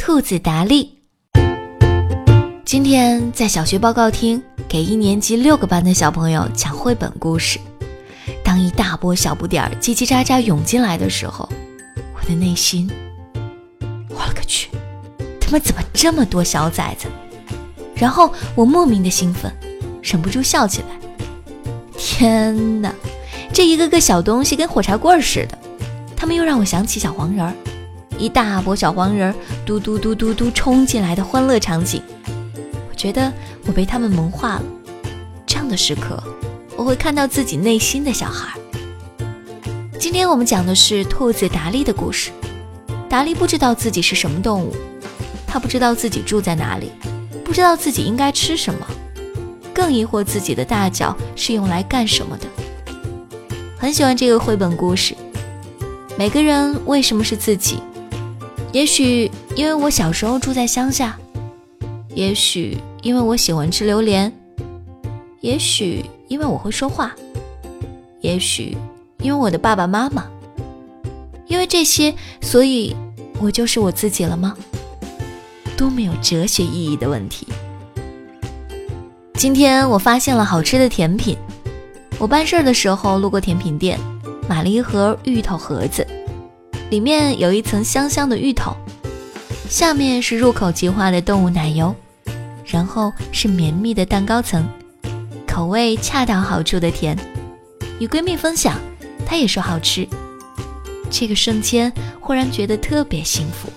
兔子达利。今天在小学报告厅给1年级6个班的小朋友讲绘本故事，当一大波小不点儿叽叽喳喳涌进来的时候，我的内心，我了个去，他们怎么这么多小崽子？然后我莫名的兴奋，忍不住笑起来。天哪，这一个个小东西跟火柴棍似的，他们又让我想起小黄人儿，一大波小黄人儿嘟嘟嘟嘟嘟冲进来的欢乐场景。我觉得我被他们萌化了，这样的时刻我会看到自己内心的小孩。今天我们讲的是兔子达利的故事。达利不知道自己是什么动物，他不知道自己住在哪里，不知道自己应该吃什么，更疑惑自己的大脚是用来干什么的。很喜欢这个绘本故事。每个人为什么是自己？也许因为我小时候住在乡下，也许因为我喜欢吃榴莲，也许因为我会说话，也许因为我的爸爸妈妈。因为这些，所以我就是我自己了吗？多没有哲学意义的问题。今天我发现了好吃的甜品，我办事的时候路过甜品店，买了一盒芋头盒子，里面有一层香香的芋头，下面是入口即化的动物奶油，然后是绵密的蛋糕层，口味恰到好处的甜。与闺蜜分享，她也说好吃。这个瞬间忽然觉得特别幸福。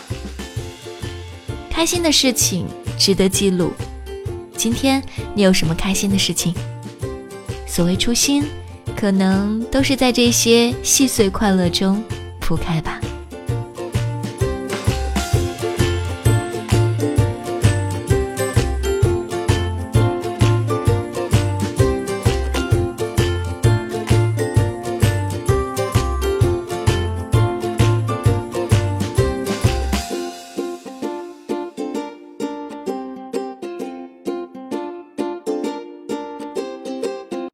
开心的事情值得记录。今天你有什么开心的事情？所谓初心，可能都是在这些细碎快乐中铺开吧。